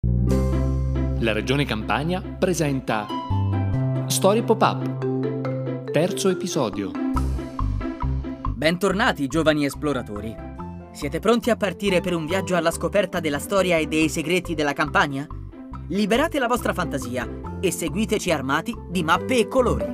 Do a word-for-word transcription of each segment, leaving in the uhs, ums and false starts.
La Regione Campania presenta Storie Pop-up, terzo episodio. Bentornati, giovani esploratori. Siete pronti a partire per un viaggio alla scoperta della storia e dei segreti della Campania? Liberate la vostra fantasia e seguiteci armati di mappe e colori.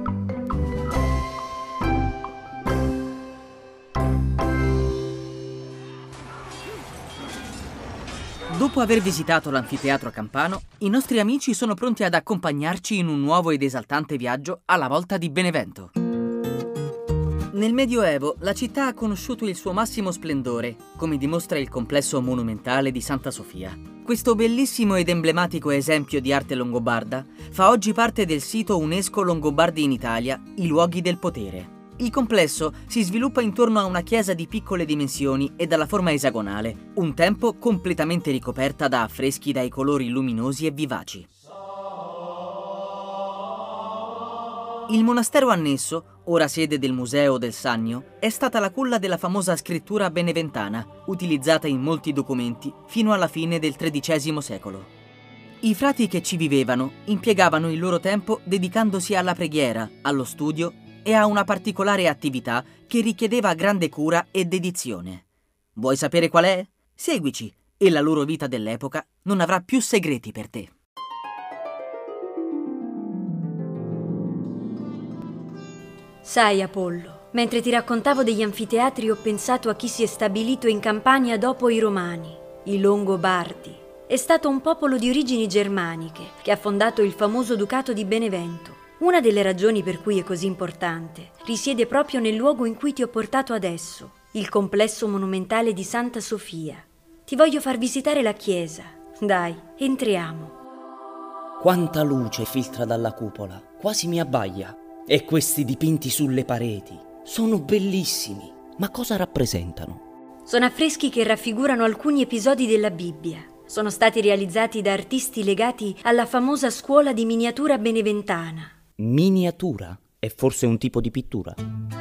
Dopo aver visitato l'anfiteatro campano, i nostri amici sono pronti ad accompagnarci in un nuovo ed esaltante viaggio alla volta di Benevento. Nel Medioevo la città ha conosciuto il suo massimo splendore, come dimostra il complesso monumentale di Santa Sofia. Questo bellissimo ed emblematico esempio di arte longobarda fa oggi parte del sito UNESCO Longobardi in Italia, i luoghi del potere. Il complesso si sviluppa intorno a una chiesa di piccole dimensioni e dalla forma esagonale, un tempo completamente ricoperta da affreschi dai colori luminosi e vivaci. Il monastero annesso, ora sede del Museo del Sannio, è stata la culla della famosa scrittura beneventana, utilizzata in molti documenti fino alla fine del tredicesimo secolo. I frati che ci vivevano impiegavano il loro tempo dedicandosi alla preghiera, allo studio e a una particolare attività che richiedeva grande cura e dedizione. Vuoi sapere qual è? Seguici e la loro vita dell'epoca non avrà più segreti per te. Sai, Apollo, mentre ti raccontavo degli anfiteatri ho pensato a chi si è stabilito in Campania dopo i Romani, i Longobardi. È stato un popolo di origini germaniche che ha fondato il famoso Ducato di Benevento. Una delle ragioni per cui è così importante risiede proprio nel luogo in cui ti ho portato adesso, il complesso monumentale di Santa Sofia. Ti voglio far visitare la chiesa. Dai, entriamo. Quanta luce filtra dalla cupola, quasi mi abbaia. E questi dipinti sulle pareti sono bellissimi. Ma cosa rappresentano? Sono affreschi che raffigurano alcuni episodi della Bibbia. Sono stati realizzati da artisti legati alla famosa scuola di miniatura beneventana. Miniatura? È forse un tipo di pittura?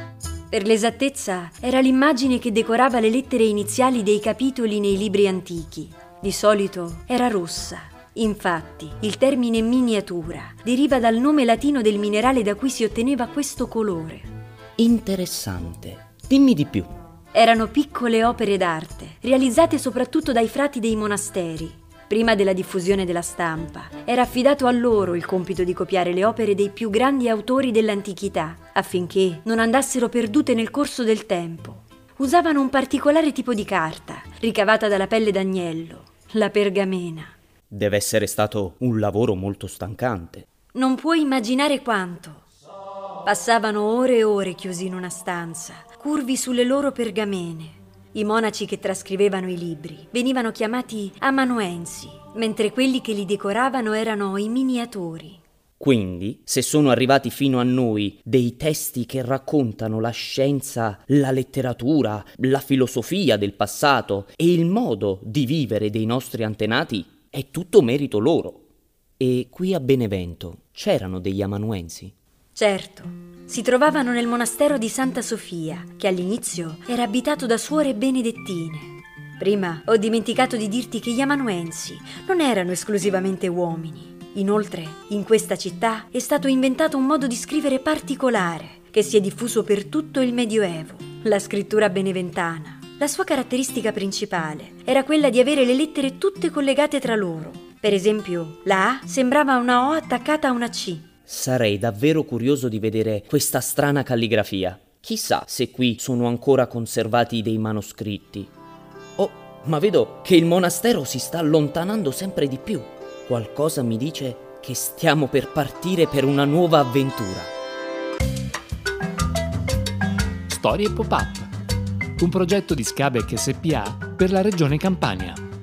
Per l'esattezza, era l'immagine che decorava le lettere iniziali dei capitoli nei libri antichi. Di solito era rossa. Infatti, il termine miniatura deriva dal nome latino del minerale da cui si otteneva questo colore. Interessante. Dimmi di più. Erano piccole opere d'arte, realizzate soprattutto dai frati dei monasteri. Prima della diffusione della stampa, era affidato a loro il compito di copiare le opere dei più grandi autori dell'antichità, affinché non andassero perdute nel corso del tempo. Usavano un particolare tipo di carta, ricavata dalla pelle d'agnello, la pergamena. Deve essere stato un lavoro molto stancante. Non puoi immaginare quanto. Passavano ore e ore chiusi in una stanza, curvi sulle loro pergamene. I monaci che trascrivevano i libri venivano chiamati amanuensi, mentre quelli che li decoravano erano i miniatori. Quindi, se sono arrivati fino a noi dei testi che raccontano la scienza, la letteratura, la filosofia del passato e il modo di vivere dei nostri antenati, è tutto merito loro. E qui a Benevento c'erano degli amanuensi? Certo. Si trovavano nel monastero di Santa Sofia, che all'inizio era abitato da suore benedettine. Prima ho dimenticato di dirti che gli amanuensi non erano esclusivamente uomini. Inoltre, in questa città è stato inventato un modo di scrivere particolare, che si è diffuso per tutto il Medioevo, la scrittura beneventana. La sua caratteristica principale era quella di avere le lettere tutte collegate tra loro. Per esempio, la A sembrava una O attaccata a una C. Sarei davvero curioso di vedere questa strana calligrafia. Chissà se qui sono ancora conservati dei manoscritti. Oh, ma vedo che il monastero si sta allontanando sempre di più. Qualcosa mi dice che stiamo per partire per una nuova avventura. Storie Pop-up, un progetto di Scabek S P A per la Regione Campania.